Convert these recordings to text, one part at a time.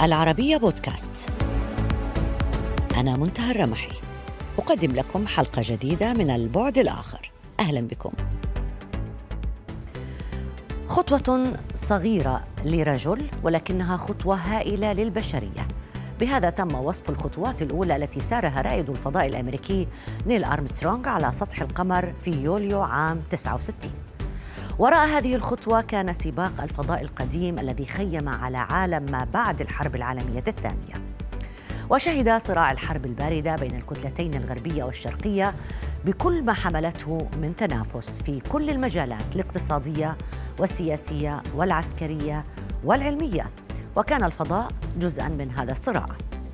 العربية بودكاست. أنا منتهى الرمحي، أقدم لكم حلقة جديدة من البعد الآخر. أهلا بكم. خطوة صغيرة لرجل، ولكنها خطوة هائلة للبشرية. بهذا تم وصف الخطوات الأولى التي سارها رائد الفضاء الأمريكي نيل أرمسترونغ على سطح القمر في يوليو عام 69. وراء هذه الخطوة كان سباق الفضاء القديم الذي خيم على عالم ما بعد الحرب العالمية الثانية، وشهد صراع الحرب الباردة بين الكتلتين الغربية والشرقية بكل ما حملته من تنافس في كل المجالات الاقتصادية والسياسية والعسكرية والعلمية، وكان الفضاء جزءاً من هذا الصراع.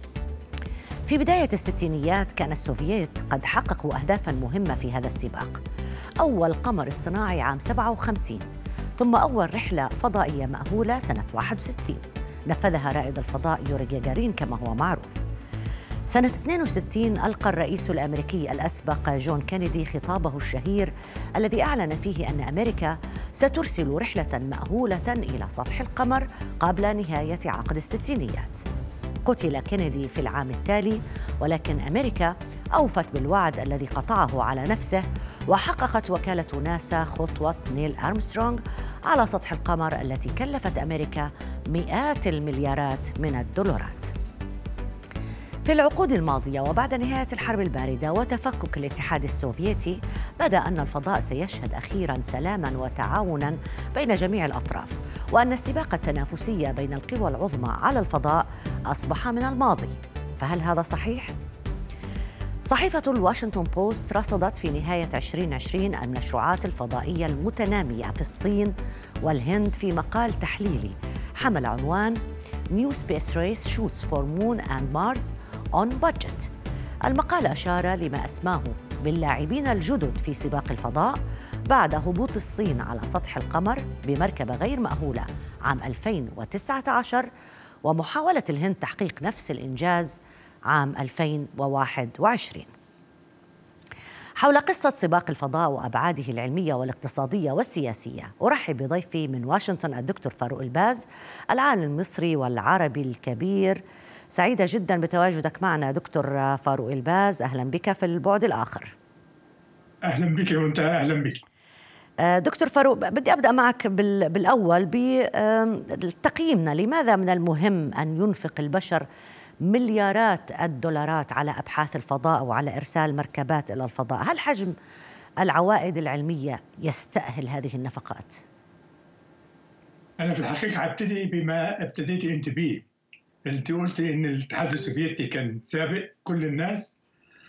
في بداية الستينيات كان السوفييت قد حققوا أهدافاً مهمة في هذا السباق: أول قمر اصطناعي عام 57، ثم أول رحلة فضائية مأهولة سنة 61 نفذها رائد الفضاء يوري غاغارين كما هو معروف. سنة 62 ألقى الرئيس الأمريكي الأسبق جون كينيدي خطابه الشهير الذي أعلن فيه أن أمريكا سترسل رحلة مأهولة إلى سطح القمر قبل نهاية عقد الستينيات. قتل كينيدي في العام التالي، ولكن أمريكا أوفت بالوعد الذي قطعه على نفسه، وحققت وكالة ناسا خطوة نيل أرمسترونغ على سطح القمر التي كلفت أمريكا مئات المليارات من الدولارات. في العقود الماضية وبعد نهاية الحرب الباردة وتفكك الاتحاد السوفيتي، بدا أن الفضاء سيشهد أخيراً سلاماً وتعاوناً بين جميع الأطراف، وأن السباق التنافسي بين القوى العظمى على الفضاء أصبح من الماضي. فهل هذا صحيح؟ صحيفة الواشنطن بوست رصدت في نهاية 2020 المشروعات الفضائية المتنامية في الصين والهند في مقال تحليلي حمل عنوان New Space Race Shoots for Moon and Mars on Budget. المقال أشار لما أسماه باللاعبين الجدد في سباق الفضاء بعد هبوط الصين على سطح القمر بمركبة غير مأهولة عام 2019، ومحاولة الهند تحقيق نفس الإنجاز عام 2021. حول قصة سباق الفضاء وأبعاده العلمية والاقتصادية والسياسية، أرحب بضيفي من واشنطن الدكتور فاروق الباز، العالم المصري والعربي الكبير. سعيدة جدا بتواجدك معنا دكتور فاروق الباز، أهلا بك في البعد الآخر. أهلا بك وأنت أهلا بك. دكتور فاروق، بدي أبدأ معك بالأول بتقييمنا. لماذا من المهم أن ينفق البشر مليارات الدولارات على أبحاث الفضاء وعلى إرسال مركبات إلى الفضاء؟ هل حجم العوائد العلمية يستأهل هذه النفقات؟ أنا في الحقيقة أبتدي بما ابتديت أنت به. أنت قلت إن الاتحاد السوفيتي كان سابق كل الناس،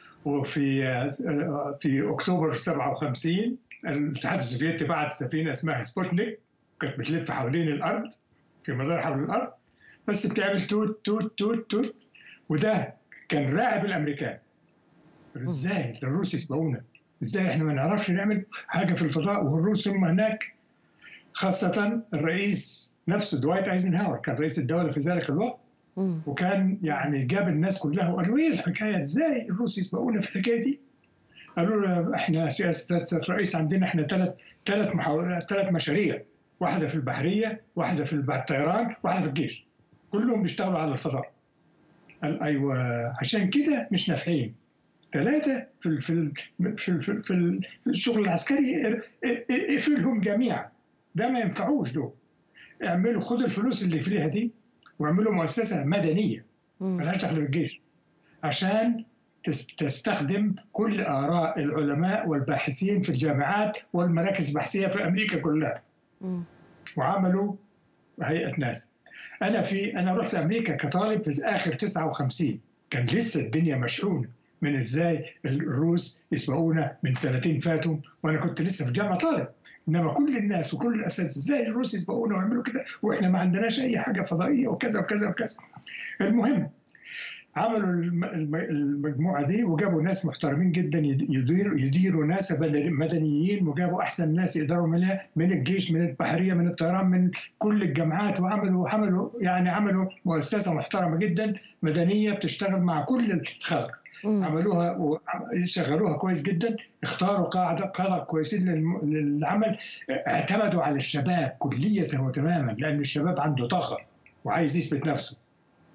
في أكتوبر 57 الاتحاد السوفيتي بعت سفينة اسمها سبوتنيك، كانت بتلف حوالين الأرض في مدار حول الأرض، بس بتعمل توت توت توت توت، وده كان راعب الأمريكان. إزاي الروس يسبقونا؟ إزاي إحنا ما نعرفش نعمل حاجة في الفضاء والروس هم هناك؟ خاصة الرئيس نفسه دوايت أيزنهاور كان رئيس الدولة في ذلك الوقت، وكان يعني جاب الناس كلها وقالوا إيه الحكاية؟ إزاي الروس يسبقونا في الحكاية دي؟ قالوا له إحنا سياسة الرئيس عندنا إحنا ثلاث مشاريع، واحدة في البحرية، واحدة في الطيران، واحدة في الجيش، كلهم بيشتغلوا على الفضاء. قال أيوة، عشان كده مش نافعين. ثلاثة في الشغل العسكري اقفلهم جميعا، ده ما ينفعوش. دول اعملوا، خدوا الفلوس اللي فيها دي واعملوا مؤسسة مدنية ملهاش دخل بالجيش، عشان تستخدم كل آراء العلماء والباحثين في الجامعات والمراكز البحثية في أمريكا كلها. وعملوا هيئة ناسا. أنا رحت أمريكا كطالب في آخر 59، كان لسه الدنيا مشحونة من إزاي الروس يسبقونا من سنتين فاتوا، وأنا كنت لسه في الجامعة طالب. إنما كل الناس وكل الأساتذة إزاي الروس يسبقونا ويعملوا كده وإحنا ما عندناش أي حاجة فضائية وكذا وكذا وكذا. المهم عملوا المجموعة دي وجابوا ناس محترمين جدا يديروا ناسا مدنيين، وجابوا أحسن ناس يقدروا منها، من الجيش، من البحرية، من الطيران، من كل الجامعات، عملوا مؤسسة محترمة جدا مدنية بتشتغل مع كل الخلق. عملوها وشغلوها كويس جدا، اختاروا قادة كويسين للعمل، اعتمدوا على الشباب كلية وتماما، لأن الشباب عنده طاقة وعايز يثبت نفسه.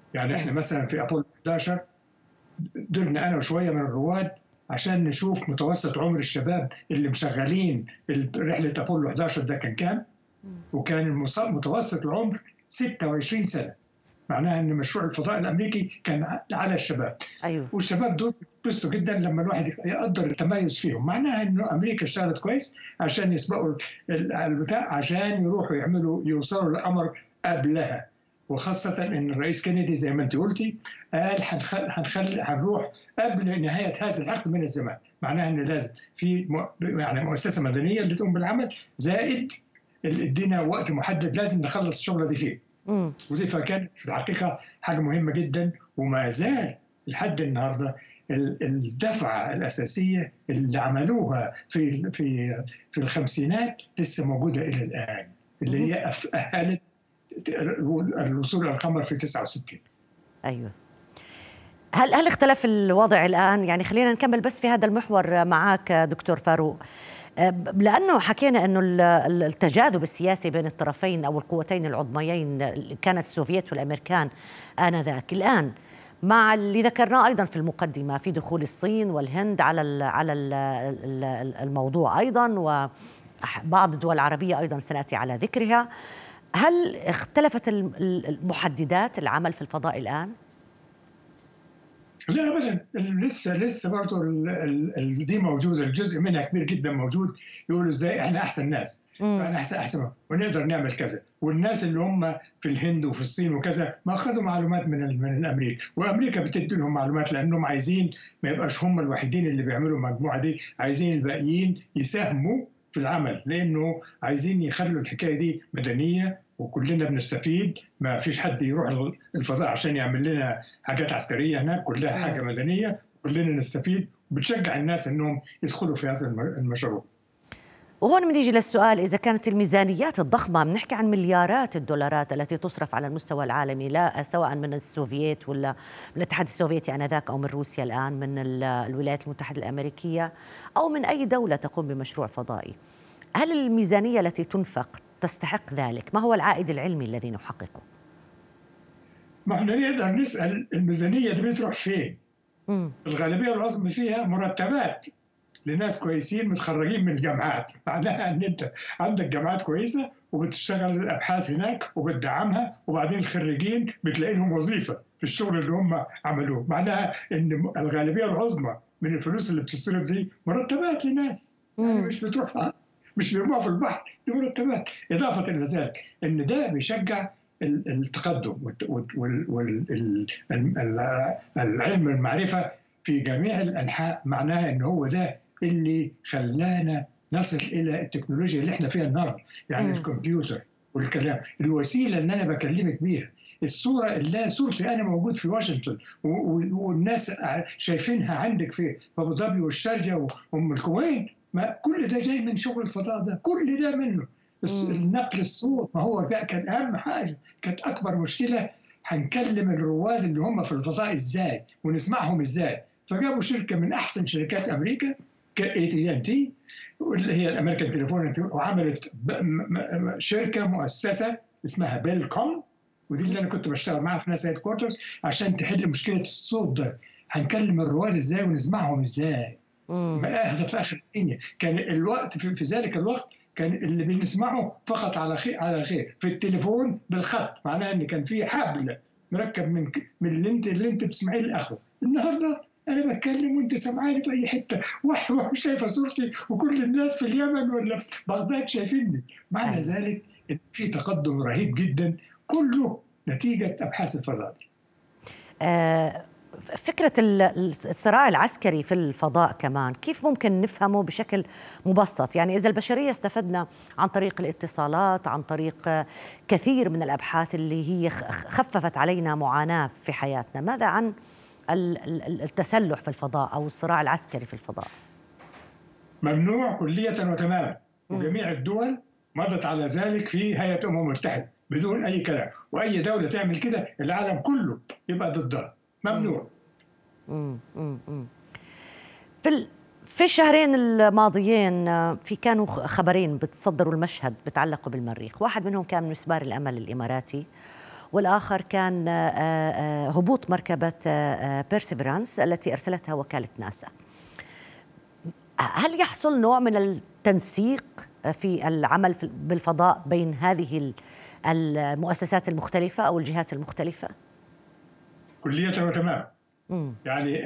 يعني احنا مثلا في ابولو 11 درنا انا وشويه من الرواد عشان نشوف متوسط عمر الشباب اللي مشغلين رحله ابولو 11 ده كان كام، وكان متوسط العمر 26 سنه. معناها ان مشروع الفضاء الامريكي كان على الشباب. أيوه. والشباب دول بيتبسطوا جدا لما الواحد يقدر التميز فيهم، معناها انه امريكا اشتغلت كويس عشان يسبقوا البتاع، عشان يروحوا يوصلوا للقمر قبلها. وخاصة ان الرئيس كينيدي زي ما انت قلتي قال هنروح قبل نهاية هذا العقد من الزمان. معناها ان لازم في يعني مؤسسة مدنية اللي تقوم بالعمل، زائد ادينا وقت محدد لازم نخلص الشغلة دي فيه. ودي فكانت في الحقيقة حاجة مهمة جدا، وما زال لحد النهارده الدفعة الأساسية اللي عملوها في الخمسينات لسه موجودة إلى الآن، اللي هي أهلت الوصول إلى القمر في 69. أيوه. هل اختلف الوضع الآن؟ يعني خلينا نكمل بس في هذا المحور معك دكتور فاروق، لأنه حكينا أنه التجاذب السياسي بين الطرفين أو القوتين العظميين كانت السوفييت والأمريكان آنذاك. الآن مع اللي ذكرناه أيضا في المقدمة في دخول الصين والهند على الموضوع أيضا، وبعض الدول العربية أيضا سنأتي على ذكرها، هل اختلفت المحددات العمل في الفضاء الآن؟ لا ابدا، لسه برضه دي موجوده، الجزء منها كبير جدا موجود. يقولوا ازاي احنا احسن ناس، احنا احسن ونقدر نعمل كذا. والناس اللي هم في الهند وفي الصين وكذا ما اخذوا معلومات من امريكا، وامريكا بتدي لهم معلومات لانهم عايزين ما يبقاش هم الوحيدين اللي بيعملوا المجموعه دي، عايزين الباقيين يساهموا في العمل، لانه عايزين يخلوا الحكايه دي مدنيه وكلنا بنستفيد. ما فيش حد يروح الفضاء عشان يعمل لنا حاجات عسكريه، هناك كلها حاجه مدنيه كلنا نستفيد، وبتشجع الناس انهم يدخلوا في هذا المشروع. وهون بنيجي للسؤال، إذا كانت الميزانيات الضخمة، بنحكي عن مليارات الدولارات التي تصرف على المستوى العالمي، لا سواء من السوفييت ولا من الاتحاد السوفيتي آنذاك أو من روسيا الآن، من الولايات المتحدة الأمريكية أو من أي دولة تقوم بمشروع فضائي، هل الميزانية التي تنفق تستحق ذلك؟ ما هو العائد العلمي الذي نحققه؟ ما احنا نقدر نسأل الميزانية دي بتروح فين؟ الغالبية العظمى فيها مرتبات لناس كويسين متخرجين من الجامعات. معناها ان انت عندك جامعات كويسة وبتشتغل الابحاث هناك وبتدعمها، وبعدين الخريجين بتلاقي لهم وظيفة في الشغل اللي هم عملوه. معناها ان الغالبية العظمى من الفلوس اللي بتصرف دي مرتبات لناس، يعني مش بتروح مش بيرموها في البحر، دي مرتبات. إضافة إلى ذلك إن ده بيشجع التقدم والعلم والمعرفة في جميع الأنحاء. معناها إن هو ده اللي خلانا نصل إلى التكنولوجيا اللي إحنا فيها النهارده، يعني الكمبيوتر والكلام، الوسيلة اللي أنا بكلمك بيها، الصورة اللي صورتي أنا موجود في واشنطن والناس شايفينها عندك في أبو ظبي والشارجة وأم الكويت، ما كل ده جاي من شغل الفضاء ده، كل ده منه. النقل الصوت، ما هو ده كان اهم حاجه، كانت اكبر مشكله هنكلم الرواد اللي هم في الفضاء ازاي ونسمعهم ازاي. فجابوا شركه من احسن شركات امريكا AT&T اللي هي الامريكان تليفون، وعملت شركه مؤسسه اسمها بيل كوم، ودي اللي انا كنت بشتغل معاها في ناسا هيدكوارترز عشان تحل مشكله الصوت ده. هنكلم الرواد ازاي ونسمعهم ازاي؟ هذا في اخر الدنيا. كان الوقت في ذلك الوقت كان اللي بنسمعه فقط على خير في التليفون بالخط، معناه ان كان في حبل مركب من اللي انت بتسمعيه لاخره. النهارده انا بتكلم وانت سامعاني في اي حته، واحد شايفه صورتي وكل الناس في اليمن ولا في بغداد شايفيني. معنى ذلك ان في تقدم رهيب جدا، كله نتيجه ابحاث الفضاء. فكرة الصراع العسكري في الفضاء كمان كيف ممكن نفهمه بشكل مبسط؟ يعني إذا البشرية استفدنا عن طريق الاتصالات، عن طريق كثير من الأبحاث اللي هي خففت علينا معاناة في حياتنا، ماذا عن التسلح في الفضاء أو الصراع العسكري في الفضاء؟ ممنوع كلية وتماما، وجميع الدول مضت على ذلك في هيئة الأمم المتحدة بدون أي كلام، وأي دولة تعمل كده العالم كله يبقى ضدها. ممنوع. في الشهرين الماضيين كانوا خبرين بتصدروا المشهد بتعلقوا بالمريخ، واحد منهم كان من مسبار الأمل الإماراتي، والآخر كان هبوط مركبة بيرسيفيرانس التي أرسلتها وكالة ناسا. هل يحصل نوع من التنسيق في العمل بالفضاء بين هذه المؤسسات المختلفة أو الجهات المختلفة؟ كلية وتمام. يعني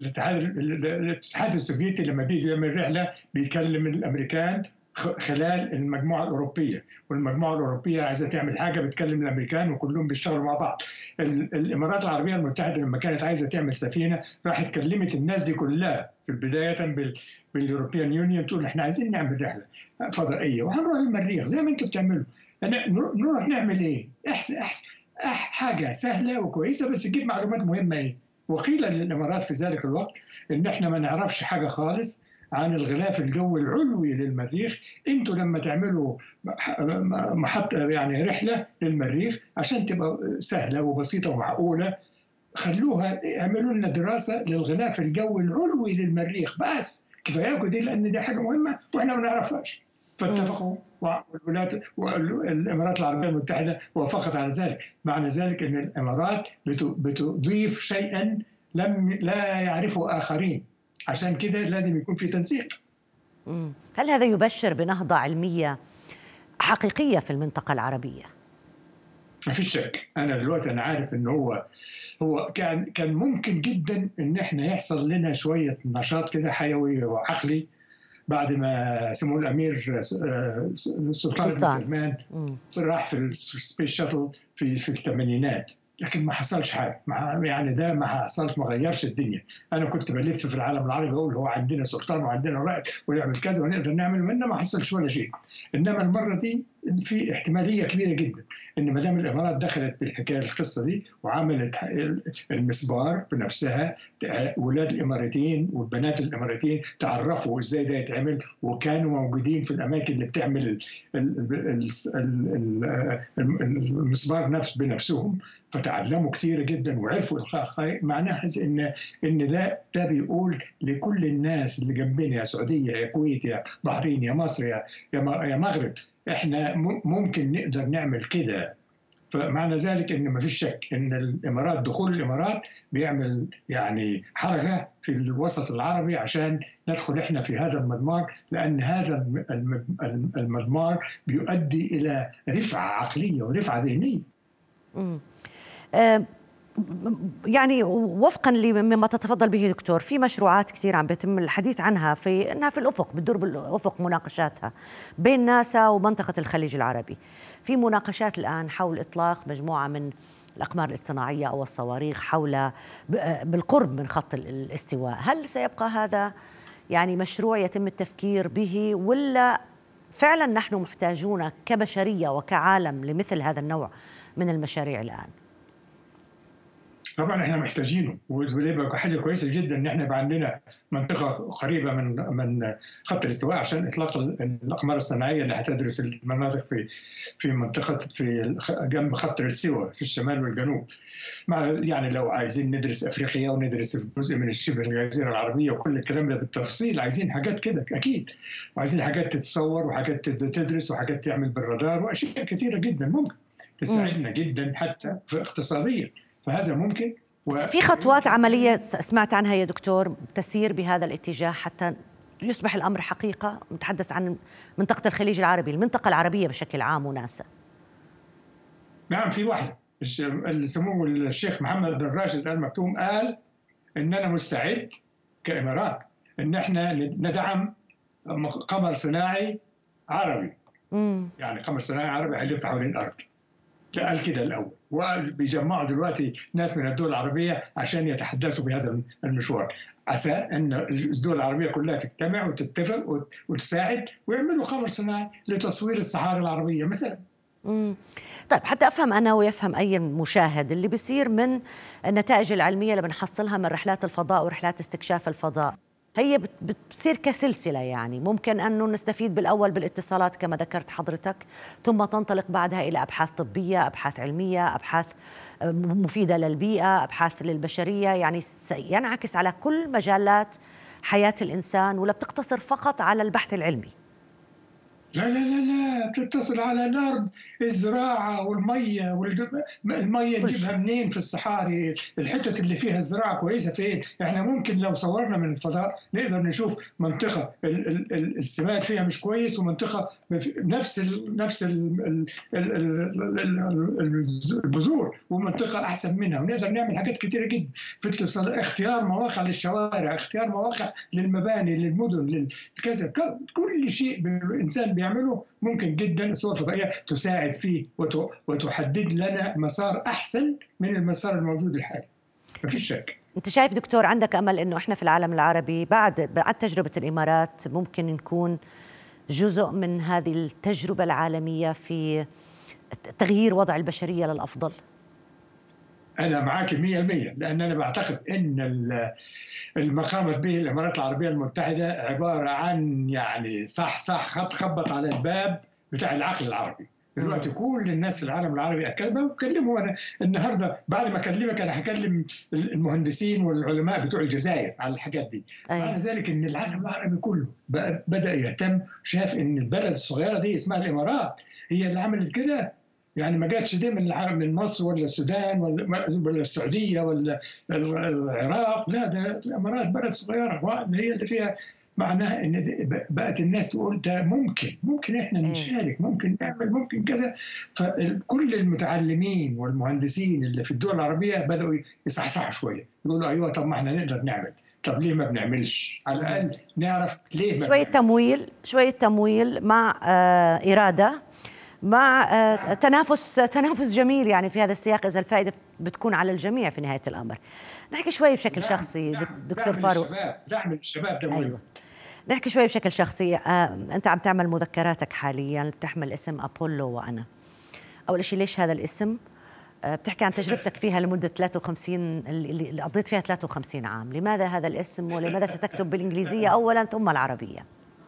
الاتحاد السوفيتي لما بيجي يعمل رحلة بيكلم الأمريكان خلال المجموعة الأوروبية، والمجموعة الأوروبية عايزة تعمل حاجة بتكلم الأمريكان وكلهم بيشتغلوا مع بعض. الإمارات العربية المتحدة لما كانت عايزة تعمل سفينة راحت كلمت الناس دي كلها في بداية باليوروبيان يونيون، تقول احنا عايزين نعمل رحلة فضائية وهنروح المريخ زي ما انتم بتعملوا. نروح نعمل ايه؟ احسن حاجة سهلة وكويسة بس تجيب معلومات مهمة ايه؟ وقيل للإمارات في ذلك الوقت إن إحنا ما نعرفش حاجة خالص عن الغلاف الجوي العلوي للمريخ. انتوا لما تعملوا محطة يعني رحلة للمريخ عشان تبقى سهلة وبسيطة ومعقولة، خلوها اعملوا لنا دراسة للغلاف الجوي العلوي للمريخ بس كفاياكم دي، لأن دي حاجة مهمة وإحنا ما نعرفهاش. فاتفقوا والولايات والامارات العربيه المتحده وافقت على ذلك. معنى ذلك ان الامارات بتضيف شيئا لا يعرفه اخرين، عشان كده لازم يكون في تنسيق. هل هذا يبشر بنهضه علميه حقيقيه في المنطقه العربيه؟ ما فيش شك. انا دلوقتي انا عارف ان هو كان ممكن جدا ان احنا يحصل لنا شويه نشاط كده حيوي وعقلي بعد ما سمو الامير سلطان بن سلمان راح في السبيس شاتل في الثمانينات، لكن ما حصلش حاجه. يعني ده ما حصلش، ما غيرش الدنيا. انا كنت بلف في العالم العربي اقول هو عندنا سلطان وعندنا رائد ونعمل كذا ونقدر نعمل منه، ما حصلش ولا شيء. انما المره دي في احتماليه كبيره جدا ان ما دام الامارات دخلت بالحكايه القصه دي وعملت المسبار بنفسها، اولاد الاماراتيين والبنات الاماراتيين تعرفوا ازاي ده يتعمل وكانوا موجودين في الاماكن اللي بتعمل المسبار بنفسهم، فتعلموا كثير جدا وعرفوا الخير. معناها ان ده بيقول لكل الناس اللي جنبنا، يا سعوديه يا كويت يا بحرين يا مصر يا مغرب، احنا ممكن نقدر نعمل كده. فمعنى ذلك ان ما فيش شك ان الامارات، دخول الامارات بيعمل يعني حركه في الوسط العربي عشان ندخل احنا في هذا المضمار، لان هذا المضمار بيؤدي الى رفعه عقليه ورفعه ذهنيه. يعني وفقا لما تتفضل به دكتور، في مشروعات كثير عم بيتم الحديث عنها انها في الافق، بتدور بالافق مناقشاتها بين ناسا ومنطقه الخليج العربي. في مناقشات الان حول اطلاق مجموعه من الاقمار الاصطناعيه او الصواريخ حول بالقرب من خط الاستواء. هل سيبقى هذا يعني مشروع يتم التفكير به، ولا فعلا نحن محتاجون كبشريه وكعالم لمثل هذا النوع من المشاريع الان؟ طبعا احنا محتاجينه، ويبقى حاجه كويسه جدا ان احنا يبقى عندنا منطقه قريبه من خط الاستواء عشان اطلاق الاقمار الصناعيه اللي هتدرس المناطق في منطقه جنب خط الاستواء في الشمال والجنوب. يعني لو عايزين ندرس افريقيا وندرس جزء من شبه الجزيره العربيه وكل الكلام ده بالتفصيل، عايزين حاجات كده اكيد، وعايزين حاجات تتصور وحاجات تدرس وحاجات تعمل بالرادار واشياء كثيره جدا ممكن تساعدنا جدا حتى في اقتصاديا. فهذا ممكن. في خطوات عملية سمعت عنها يا دكتور تسير بهذا الاتجاه حتى يصبح الأمر حقيقة؟ نتحدث عن منطقة الخليج العربي، المنطقة العربية بشكل عام وناسا. نعم، في واحدة. سمو الشيخ محمد بن راشد آل مكتوم قال إننا مستعد كإمارات إن احنا ندعم قمر صناعي عربي. يعني قمر صناعي عربي هيلف حوالين الأرض. قال كده الأول، وبيجمعوا دلوقتي ناس من الدول العربية عشان يتحدثوا بهذا المشوار، عسى أن الدول العربية كلها تجتمع وتتفق وتساعد ويعملوا قمر صناعي لتصوير الصحاري العربية مثلا. طيب حتى أفهم أنا ويفهم أي مشاهد اللي بيصير من النتائج العلمية اللي بنحصلها من رحلات الفضاء ورحلات استكشاف الفضاء، هي بتصير كسلسلة. يعني ممكن أنه نستفيد بالأول بالاتصالات كما ذكرت حضرتك، ثم تنطلق بعدها إلى أبحاث طبية، أبحاث علمية، أبحاث مفيدة للبيئة، أبحاث للبشرية، يعني ينعكس على كل مجالات حياة الإنسان، ولا بتقتصر فقط على البحث العلمي؟ لا لا لا لا، تتصل على الأرض، الزراعة والمية المية كل شيء. نجيبها منين في الصحاري؟ الحتت اللي فيها الزراعة كويسة فين؟ يعني ممكن لو صورنا من الفضاء نقدر نشوف منطقة السماد فيها مش كويس، ومنطقة البذور، ومنطقة أحسن منها، ونقدر نعمل حاجات كتيرة جدا في اختيار مواقع للشوارع، اختيار مواقع للمباني للمدن لكذا. كل شيء الإنسان بيعمله ممكن جدا الصور الفضائية تساعد فيه وتحدد لنا مسار أحسن من المسار الموجود الحالي، ما فيش شك. أنت شايف دكتور عندك أمل إنه إحنا في العالم العربي بعد تجربة الإمارات ممكن نكون جزء من هذه التجربة العالمية في تغيير وضع البشرية للأفضل؟ أنا معاك 100%، لأن أنا بعتقد أن اللي قامت به الإمارات العربية المتحدة عبارة عن يعني صح خبط على الباب بتاع العقل العربي. دلوقتي كل الناس في العالم العربي بكلمه أنا النهارده، بعد ما أكلمك أنا هكلم المهندسين والعلماء بتوع الجزائر على الحاجات دي. معنى ذلك إن العالم العربي كله بدأ يهتم، شاف إن البلد الصغيرة دي اسمها الإمارات هي اللي عملت كده. يعني ما جاتش دي من مصر ولا السودان ولا السعوديه ولا العراق، لا، ده الامارات بلد صغيره هي اللي فيها. معناها ان بقت الناس تقول ده ممكن احنا نشارك، ممكن نعمل، ممكن كذا. فكل المتعلمين والمهندسين اللي في الدول العربيه بداوا يصحصحوا شويه، يقولوا ايوه طب ما احنا نقدر نعمل، طب ليه ما بنعملش؟ على الاقل نعرف ليه ما بنعملش. شويه تمويل مع اراده، مع تنافس جميل يعني في هذا السياق، إذا الفائدة بتكون على الجميع في نهاية الأمر. نحكي شوي بشكل شخصي دكتور فاروق. دعم الشباب ده مهم. أيوة، نحكي شوي بشكل شخصي. أنت عم تعمل مذكراتك حاليا بتحمل اسم أبولو وأنا. أول شيء ليش هذا الاسم؟ بتحكي عن تجربتك فيها لمدة 53 اللي قضيت فيها 53 عام. لماذا هذا الاسم، ولماذا ستكتب بالإنجليزية أولا ثم العربية؟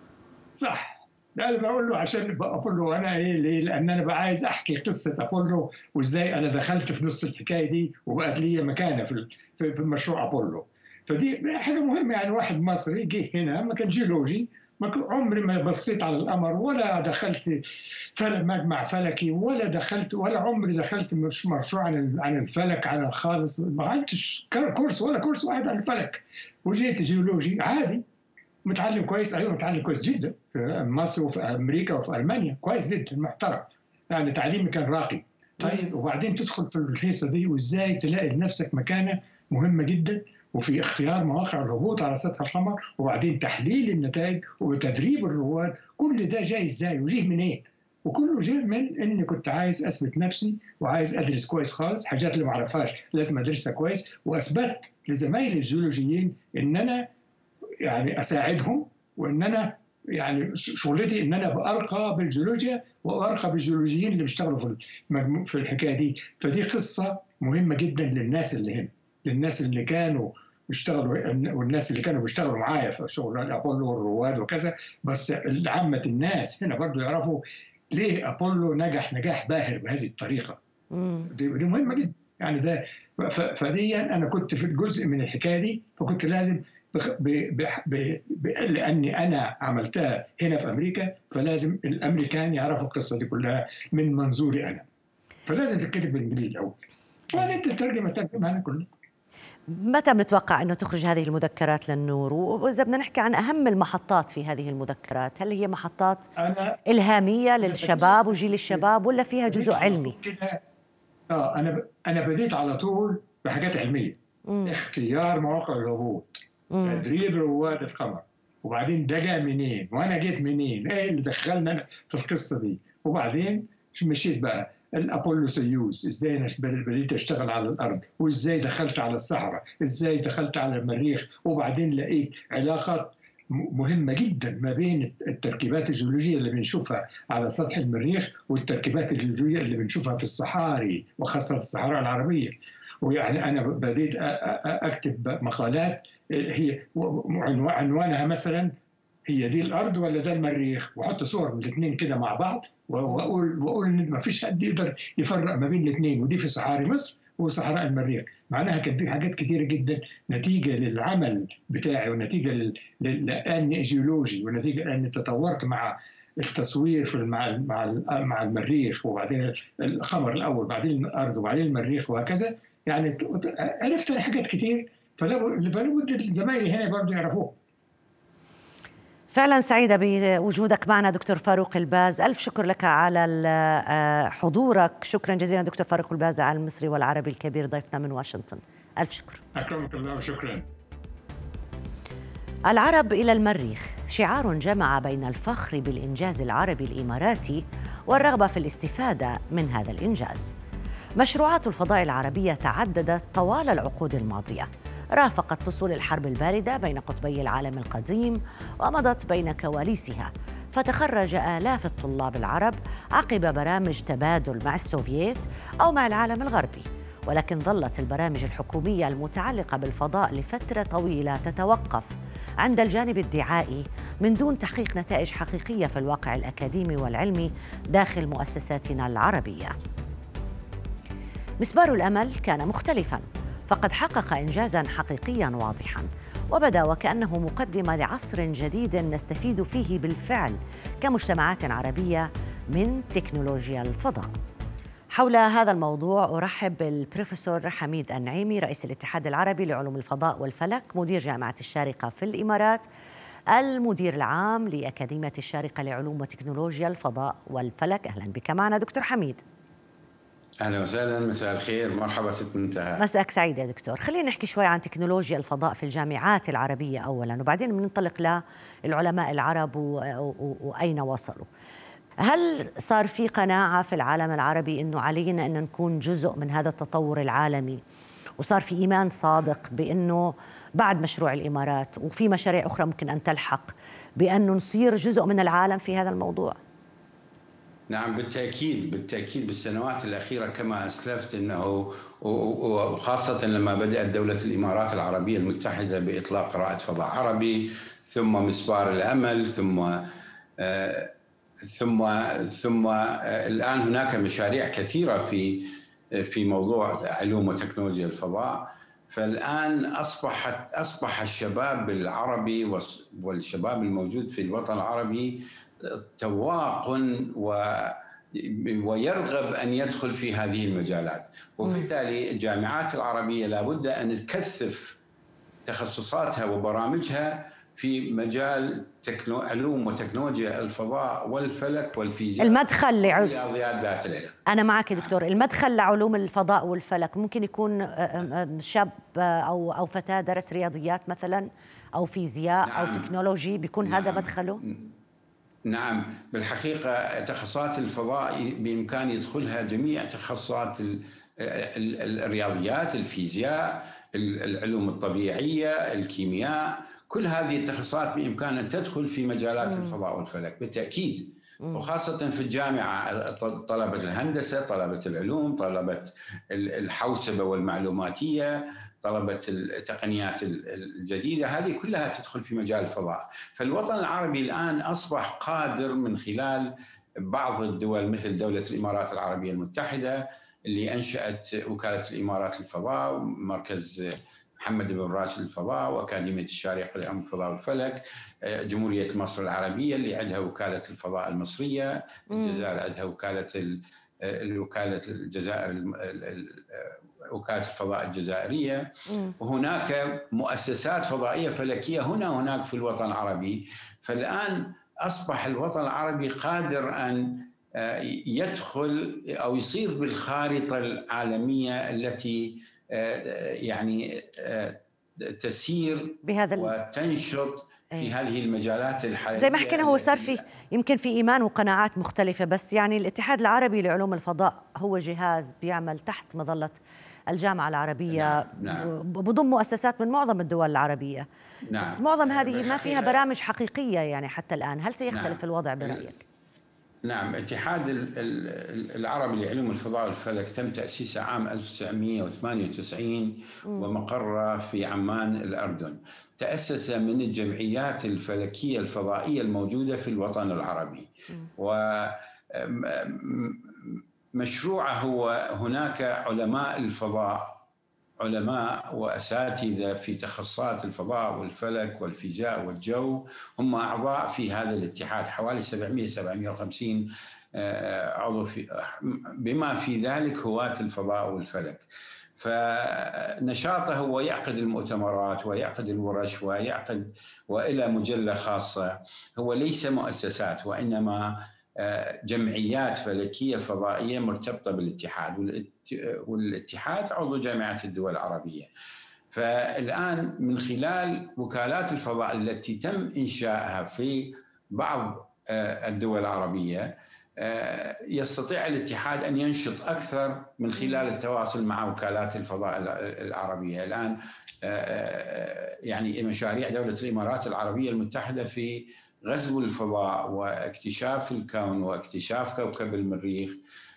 صح، لا انا بقول له عشان ابولو انا ليه؟ لان انا بقى عايز احكي قصه ابولو وازاي انا دخلت في نص الحكايه دي وبقت لي مكانه في مشروع ابولو. فدي حاجه مهمه. يعني واحد مصري جه هنا ما كان جيولوجي، عمري ما بصيت على القمر ولا دخلت مجمع فلكي ولا عمري دخلت مشروع عن الفلك على خالص، ما عملتش كورس ولا كورس واحد عن الفلك. وجيت جيولوجي عادي، متعلم كويس، ايوه متعلم كويس جدا في مصر وفي امريكا وفي المانيا، كويس جدا محترم، يعني تعليمي كان راقي. طيب وبعدين تدخل في الهيصه دي، وازاي تلاقي لنفسك مكانه مهمه جدا، وفي اختيار مواقع الهبوط على سطح القمر، وبعدين تحليل النتائج وتدريب الرواد. كل ده جاي ازاي وجيه منين؟ وكله جاي من اني كنت عايز اثبت نفسي وعايز ادرس كويس خالص، حاجات اللي ما اعرفهاش لازم ادرسها كويس، واثبت لزمايلي الجيولوجيين ان انا يعني اساعدهم، وان انا يعني شغلتي ان انا بارقى بالجيولوجيا وارقى بالجيولوجيين اللي بيشتغلوا في الحكايه دي. فدي قصه مهمه جدا للناس اللي هنا، للناس اللي كانوا بيشتغلوا والناس اللي كانوا بيشتغلوا معايا في شغل ابولو والرواد وكذا. بس عامه الناس هنا برضو يعرفوا ليه ابولو نجح نجاح باهر بهذه الطريقه. دي مهمه جدا يعني. ده فدي انا كنت في جزء من الحكايه دي، فكنت لازم لاني انا عملتها هنا في امريكا، فلازم الامريكان يعرفوا القصه دي كلها من منظوري انا، فلازم تتكتب بالانجليزي الاول وبعدين تترجم انا كلها. متى بنتوقع انه تخرج هذه المذكرات للنور؟ واذا بدنا نحكي عن اهم المحطات في هذه المذكرات، هل هي محطات الهاميه للشباب وجيل الشباب، ولا فيها جزء علمي؟ انا بديت على طول بحاجات علميه. اختيار مواقع الهبوط، تدريب رواد القمر، وبعدين ده جاء منين وانا جيت منين، ايه اللي دخلنا في القصه دي. وبعدين مشيت بقى الابولو سيوز، ازاي انا بديت اشتغل على الارض، وازاي دخلت على الصحراء، ازاي دخلت على المريخ. وبعدين لقيت علاقات مهمه جدا ما بين التركيبات الجيولوجيه اللي بنشوفها على سطح المريخ والتركيبات الجيولوجيه اللي بنشوفها في الصحاري وخاصه الصحراء العربيه. ويعني انا بديت اكتب مقالات هي عنوانها مثلا هي دي الارض ولا ده المريخ، واحط صور من الاثنين كده مع بعض، واقول ان ما فيش حد يقدر يفرق ما بين الاثنين، ودي في صحاري مصر وصحراء المريخ. معناها كان في حاجات كثيره جدا نتيجه للعمل بتاعي، ونتيجه لاني جيولوجي، ونتيجه لاني تطورت مع التصوير في مع المريخ، وبعدين القمر الاول، بعدين الارض، وبعدين المريخ، وهكذا. يعني عرفت حاجات كتير، فلا بد زمايلي هنا برضه يعرفوه. فعلا سعيدة بوجودك معنا دكتور فاروق الباز. ألف شكر لك على حضورك. شكرا جزيلا دكتور فاروق الباز، العالم المصري والعربي الكبير، ضيفنا من واشنطن. ألف شكر. أكرمك الله وشكرا. العرب إلى المريخ شعار جمع بين الفخر بالإنجاز العربي الإماراتي والرغبة في الاستفادة من هذا الإنجاز. مشروعات الفضاء العربية تعددت طوال العقود الماضية، رافقت فصول الحرب الباردة بين قطبي العالم القديم ومضت بين كواليسها، فتخرج آلاف الطلاب العرب عقب برامج تبادل مع السوفييت أو مع العالم الغربي. ولكن ظلت البرامج الحكومية المتعلقة بالفضاء لفترة طويلة تتوقف عند الجانب الدعائي من دون تحقيق نتائج حقيقية في الواقع الأكاديمي والعلمي داخل مؤسساتنا العربية. مسبار الأمل كان مختلفاً، فقد حقق إنجازاً حقيقياً واضحاً، وبدا وكأنه مقدمة لعصر جديد نستفيد فيه بالفعل كمجتمعات عربية من تكنولوجيا الفضاء. حول هذا الموضوع أرحب بالبروفيسور حميد النعيمي، رئيس الاتحاد العربي لعلوم الفضاء والفلك، مدير جامعة الشارقة في الإمارات، المدير العام لأكاديمية الشارقة لعلوم وتكنولوجيا الفضاء والفلك. أهلا بك معنا دكتور حميد. أهلا وسهلا، مساء الخير، مرحبا ست منتهى. مساءك سعيد يا دكتور. خلينا نحكي شوي عن تكنولوجيا الفضاء في الجامعات العربية أولا، وبعدين بننطلق للعلماء العرب وأين وصلوا. هل صار في قناعة في العالم العربي أنه علينا أن نكون جزء من هذا التطور العالمي، وصار في إيمان صادق بأنه بعد مشروع الإمارات وفي مشاريع أخرى ممكن أن تلحق بأنه نصير جزء من العالم في هذا الموضوع؟ نعم بالتأكيد بالسنوات الأخيرة كما أسلفت أنه، وخاصة لما بدأت دولة الإمارات العربية المتحدة بإطلاق رائد فضاء عربي، ثم مسبار الأمل، ثم الآن هناك مشاريع كثيرة في موضوع علوم وتكنولوجيا الفضاء. فالآن أصبح الشباب العربي والشباب الموجود في الوطن العربي تواق ويرغب أن يدخل في هذه المجالات، وبالتالي الجامعات العربية لابد أن تكثف تخصصاتها وبرامجها في مجال علوم وتكنولوجيا الفضاء والفلك والفيزياء، المدخل والرياضيات ذات العلم. أنا معك دكتور. المدخل لعلوم الفضاء والفلك ممكن يكون شاب أو فتاة درس رياضيات مثلا أو فيزياء أو تكنولوجي، بيكون هذا مدخله؟ نعم بالحقيقة تخصصات الفضاء بإمكان يدخلها جميع تخصصات الرياضيات، الفيزياء، العلوم الطبيعية، الكيمياء، كل هذه التخصصات بإمكان أن تدخل في مجالات الفضاء والفلك بالتأكيد. وخاصة في الجامعة طلبة الهندسة، طلبة العلوم، طلبة الحوسبة والمعلوماتية، طلبة التقنيات الجديدة، هذه كلها تدخل في مجال الفضاء. فالوطن العربي الآن أصبح قادر من خلال بعض الدول مثل دولة الإمارات العربية المتحدة اللي أنشأت وكالة الإمارات للفضاء، مركز محمد بن راشد للفضاء، وأكاديمية الشارقة لعلوم الفضاء والفلك، جمهورية مصر العربية اللي عندها وكالة الفضاء المصرية، الجزائر عندها وكالة الجزائر، وكالة الفضاء الجزائرية، وهناك مؤسسات فضائية فلكية هنا وهناك في الوطن العربي. فالآن أصبح الوطن العربي قادر أن يدخل أو يصير بالخارطة العالمية التي يعني تسير وتنشط في هذه المجالات الحياتية. زي ما حكينا، هو صار في يمكن في إيمان وقناعات مختلفة، بس يعني الاتحاد العربي لعلوم الفضاء هو جهاز بيعمل تحت مظلة الجامعة العربية. نعم. بضم مؤسسات من معظم الدول العربية. نعم. بس معظم هذه ما فيها برامج حقيقية يعني حتى الآن. هل سيختلف نعم. الوضع برأيك؟ نعم، الاتحاد العربي لعلوم الفضاء والفلك تم تأسيسه عام 1998 ومقره في عمان الأردن. تأسس من الجمعيات الفلكية الفضائية الموجودة في الوطن العربي، ومشروعه هو هناك علماء الفضاء علماء وأساتذة في تخصصات الفضاء والفلك والفيزياء والجو هم أعضاء في هذا الاتحاد، حوالي 700-750 عضو بما في ذلك هواة الفضاء والفلك. فنشاطه هو يعقد المؤتمرات ويعقد الورش ويعقد، وإلى مجلة خاصة. هو ليس مؤسسات وإنما جمعيات فلكية فضائية مرتبطة بالاتحاد، والاتحاد عضو جامعة الدول العربية. فالآن من خلال وكالات الفضاء التي تم إنشائها في بعض الدول العربية، يستطيع الاتحاد أن ينشط أكثر من خلال التواصل مع وكالات الفضاء العربية. الآن يعني مشاريع دولة الإمارات العربية المتحدة في غزو الفضاء واكتشاف الكون واكتشاف كوكب المريخ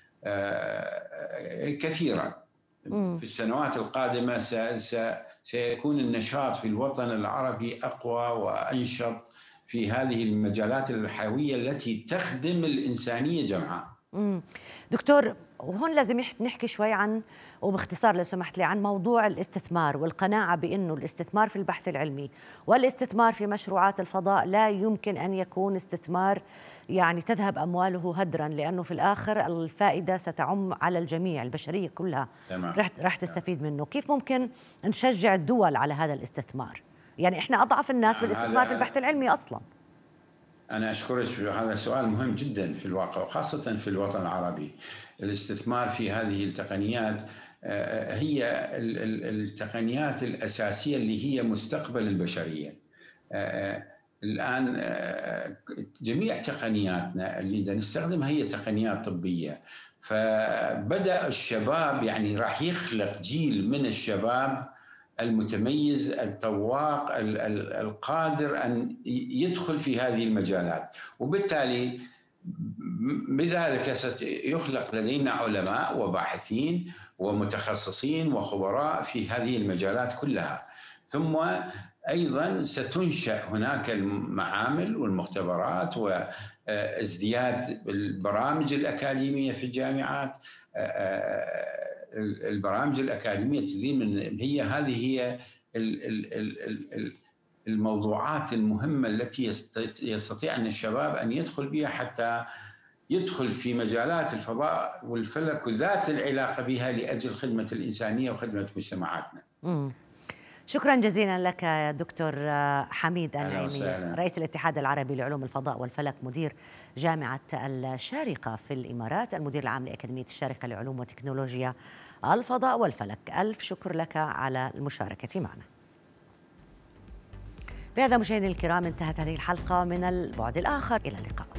كثيرا. في السنوات القادمة سيكون النشاط في الوطن العربي أقوى وأنشط في هذه المجالات الحيوية التي تخدم الإنسانية جمعاء. دكتور، وهون لازم نحكي شوي عن، وباختصار لو سمحت لي، عن موضوع الاستثمار والقناعة بأنه الاستثمار في البحث العلمي والاستثمار في مشروعات الفضاء لا يمكن أن يكون استثمار يعني تذهب أمواله هدرا، لأنه في الآخر الفائدة ستعم على الجميع، البشرية كلها رح تستفيد منه. كيف ممكن نشجع الدول على هذا الاستثمار؟ يعني إحنا أضعف الناس بالاستثمار في البحث العلمي أصلاً. أنا أشكرك، هذا سؤال مهم جدا في الواقع، وخاصة في الوطن العربي. الاستثمار في هذه التقنيات هي التقنيات الأساسية اللي هي مستقبل البشرية. الآن جميع تقنياتنا اللي نستخدمها هي تقنيات طبية، فبدأ الشباب يعني راح يخلق جيل من الشباب المتميز التواق القادر أن يدخل في هذه المجالات، وبالتالي بذلك سيخلق لدينا علماء وباحثين ومتخصصين وخبراء في هذه المجالات كلها. ثم أيضا ستنشأ هناك المعامل والمختبرات وازدياد البرامج الأكاديمية في الجامعات. البرامج الأكاديمية تزيد من هذه الموضوعات المهمة التي يستطيع أن الشباب أن يدخل بها حتى يدخل في مجالات الفضاء والفلك وذات العلاقة بها لأجل خدمة الإنسانية وخدمة مجتمعاتنا. شكرا جزيلا لك يا دكتور حميد النعيمي، رئيس الاتحاد العربي لعلوم الفضاء والفلك، مدير جامعة الشارقة في الإمارات، المدير العام لأكاديمية الشارقة لعلوم وتكنولوجيا الفضاء والفلك. ألف شكر لك على المشاركة معنا. بهذا مشاهدينا الكرام انتهت هذه الحلقة من البعد الآخر، إلى اللقاء.